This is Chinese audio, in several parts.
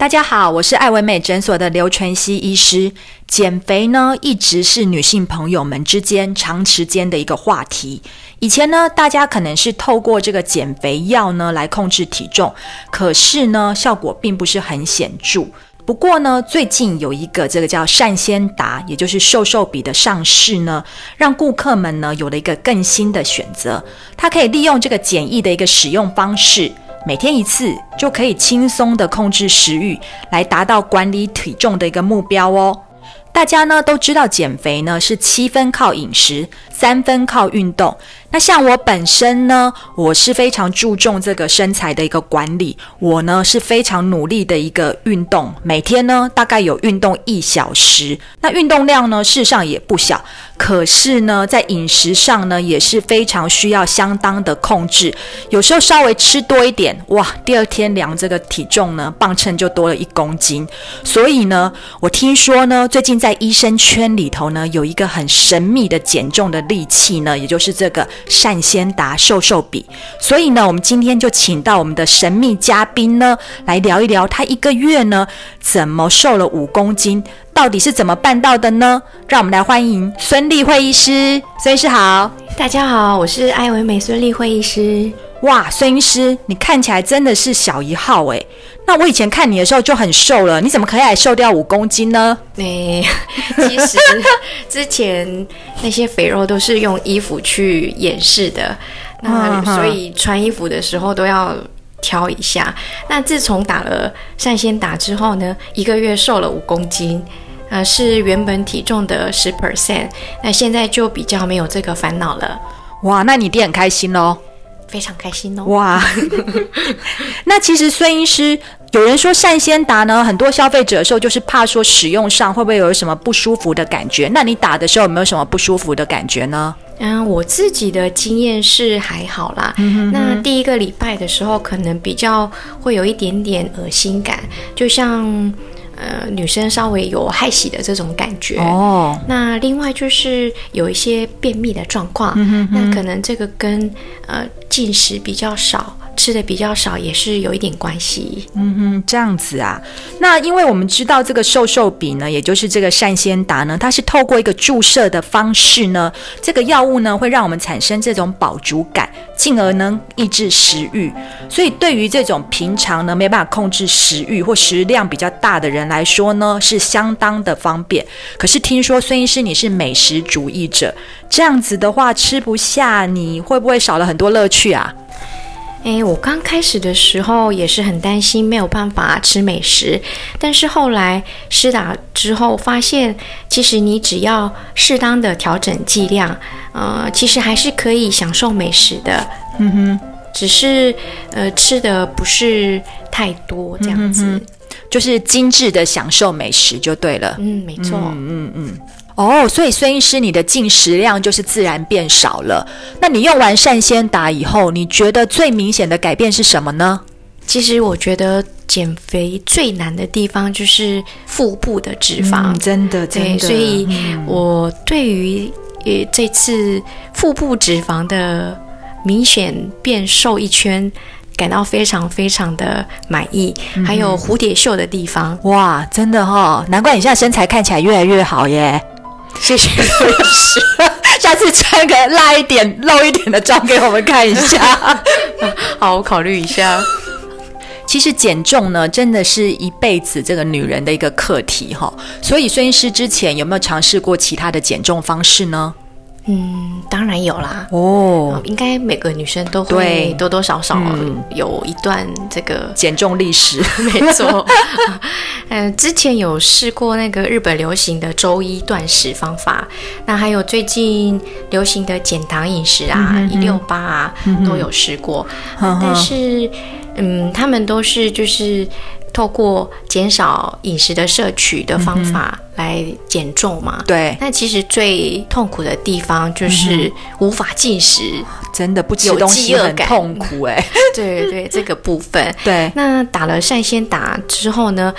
大家好，我是爱惟美诊所的刘纯熙医师。减肥呢，一直是女性朋友们之间长时间的一个话题。以前呢，大家可能是透过这个减肥药呢来控制体重，可是呢，效果并不是很显著。不过呢，最近有一个这个叫善先达，也就是瘦瘦笔的上市呢，让顾客们呢有了一个更新的选择。它可以利用这个简易的一个使用方式，每天一次就可以轻松的控制食欲，来达到管理体重的一个目标哦。大家呢都知道减肥呢是7分靠饮食，3分靠运动。那像我本身呢，我是非常注重这个身材的一个管理，我呢是非常努力的一个运动，每天呢大概有运动1小时。那运动量呢事实上也不小，可是呢在饮食上呢也是非常需要相当的控制，有时候稍微吃多一点，哇，第二天量这个体重呢磅秤就多了1公斤。所以呢，我听说呢最近在医生圈里头呢有一个很神秘的减重的利器呢，也就是这个善先达瘦瘦笔。所以呢，我们今天就请到我们的神秘嘉宾呢来聊一聊他1个月呢怎么瘦了5公斤，到底是怎么办到的呢？让我们来欢迎孙丽慧医师。孙医师好。 大家好，我是爱惟美孙丽慧医师。 哇，孙医师，你看起来真的是小1号诶。那我以前看你的时候就很瘦了，你怎么可以瘦掉5公斤呢？ 其实之前那些肥肉都是用衣服去掩饰的，那所以穿衣服的时候都要挑一下。那自从打了善先达之后呢，1个月瘦了5公斤。是原本体重的10%，那现在就比较没有这个烦恼了。 哇，那你一定很开心咯。 非常开心哦。 哇，那其实孙医师，有人说善先达呢，很多消费者的时候就是怕说使用上会不会有什么不舒服的感觉，那你打的时候有没有什么不舒服的感觉呢？ 我自己的经验是还好啦。那第1个礼拜的时候可能比较会有一点点恶心感，就像女生稍微有害喜的这种感觉哦。那另外就是有一些便秘的状况，那可能这个跟进食比较少，吃的比较少也是有一点关系。 这样子啊。那因为我们知道这个瘦瘦笔呢，也就是这个善先达呢，它是透过一个注射的方式呢，这个药物呢会让我们产生这种饱足感，进而能抑制食欲。所以对于这种平常呢没办法控制食欲或食量比较大的人来说呢，是相当的方便。可是听说孙医师你是美食主义者，这样子的话吃不下，你会不会少了很多乐趣啊？ 我刚开始的时候也是很担心没有办法吃美食，但是后来施打之后发现，其实你只要适当的调整剂量，其实还是可以享受美食的。只是吃的不是太多这样子。 就是精致的享受美食就对了。 没错。 所以孙医师你的进食量就是自然变少了。那你用完善先达以后，你觉得最明显的改变是什么呢？ 其实我觉得减肥最难的地方就是腹部的脂肪。 真的。 对，所以我对于这次腹部脂肪的明显变瘦1圈感到非常非常的满意。还有蝴蝶袖的地方， 哇，真的难怪你现在身材看起来越来越好耶。 谢谢下次穿个辣一点露一点的照给我们看一下。 好，我考虑一下。 其实减重呢真的是一辈子这个女人的一个课题所以孙医师之前有没有尝试过其他的减重方式呢？ 当然有啦。应该每个女生都会多多少少有一段这个减重历史。 没错。之前有试过那个日本流行的周1断食方法，那还有最近流行的减糖饮食啊，168啊，都有试过。但是他们都是就是透过减少饮食的摄取的方法来减重嘛。 对。 那其实最痛苦的地方就是无法进食， 真的不吃东西很痛苦对，这个部分。 对。 那打了善先达之后呢，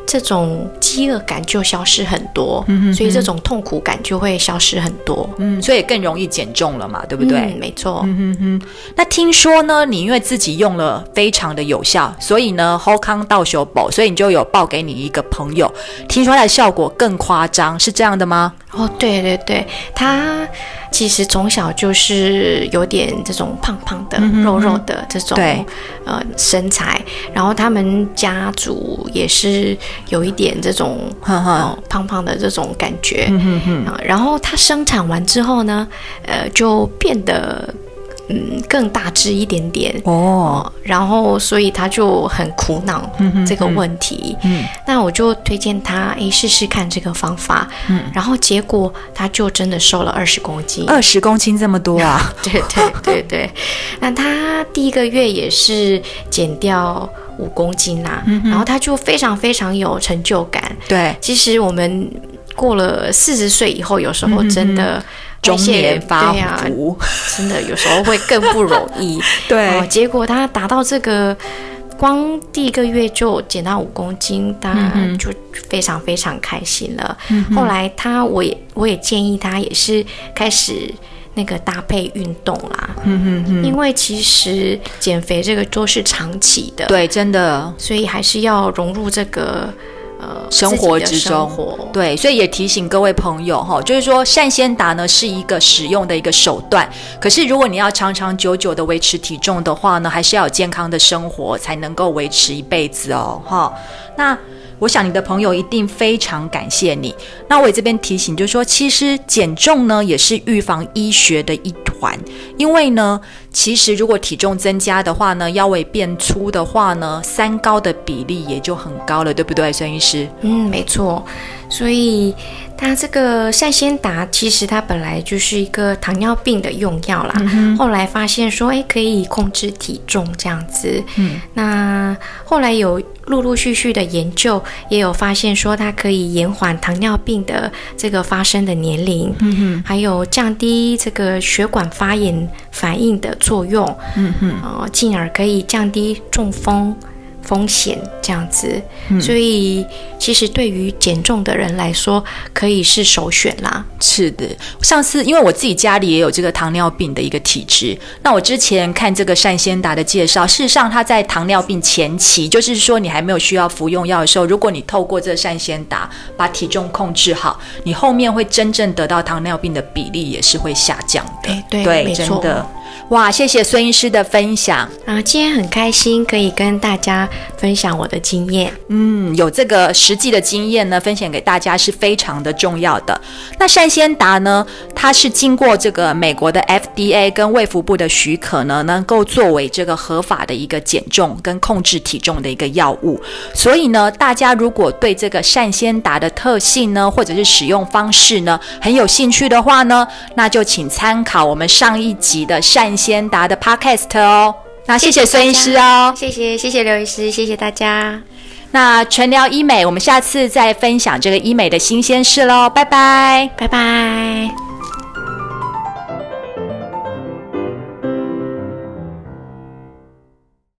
这种饥饿感就消失很多，所以这种痛苦感就会消失很多。 所以更容易减重了嘛，对不对？ 没错。 那听说呢，你因为自己用了非常的有效，所以呢后康到手保，所以你就有报给你一个朋友，听说它的效果更夸张，是这样的吗？ 对对对，他其实从小就是有点这种胖胖的、肉肉的这种身材，然后他们家族也是有一点这种胖胖的这种感觉，然后他生产完之后呢，就变得更大只一点点然后所以他就很苦恼这个问题。那我就推荐他试试看这个方法，然后结果他就真的瘦了20公斤。 20公斤这么多啊？ 对对对对。那他第一个月也是减掉5公斤啦，然后他就非常非常有成就感。 对， 其实我们过了40岁以后，有时候真的中年发福， 真的有时候会更不容易。 对， 结果他达到这个，光第一个月就减到5公斤，他就非常非常开心了。后来我也建议他也是开始那个搭配运动啦，因为其实减肥这个都是长期的， 对，真的， 所以还是要融入这个生活之中，对，所以也提醒各位朋友哈，就是说善先达呢是一个使用的一个手段，可是如果你要长长久久的维持体重的话呢，还是要有健康的生活才能够维持一辈子哦，哈。那我想你的朋友一定非常感谢你。那我也这边提醒，就是说，其实减重呢也是预防医学的一环，因为呢，其实如果体重增加的话呢，腰围变粗的话呢，3高的比例也就很高了，对不对，孙医师？ 没错。所以它这个善先达其实它本来就是一个糖尿病的用药啦，后来发现说可以控制体重这样子，那后来有陆陆续续的研究也有发现说它可以延缓糖尿病的这个发生的年龄，还有降低这个血管发炎反应的作用，进而可以降低中风险这样子，所以其实对于减重的人来说，可以是首选啦。 是的，上次因为我自己家里也有这个糖尿病的一个体质，那我之前看这个善先达的介绍，事实上它在糖尿病前期，就是说你还没有需要服用药的时候，如果你透过这个善先达把体重控制好，你后面会真正得到糖尿病的比例也是会下降的。 对，没错。 真的。哇，谢谢孙医师的分享啊！今天很开心可以跟大家分享我的经验。 有这个实际的经验呢，分享给大家是非常的重要的。那善先达呢，它是经过这个美国的 FDA 跟卫福部的许可呢，能够作为这个合法的一个减重跟控制体重的一个药物。所以呢，大家如果对这个善先达的特性呢，或者是使用方式呢，很有兴趣的话呢，那就请参考我们上一集的善先达的 podcast 哦。那谢谢孙医师哦， 谢谢刘医师，谢谢大家。 那纯聊医美，我们下次再分享这个医美的新鲜事咯，拜拜， 拜拜。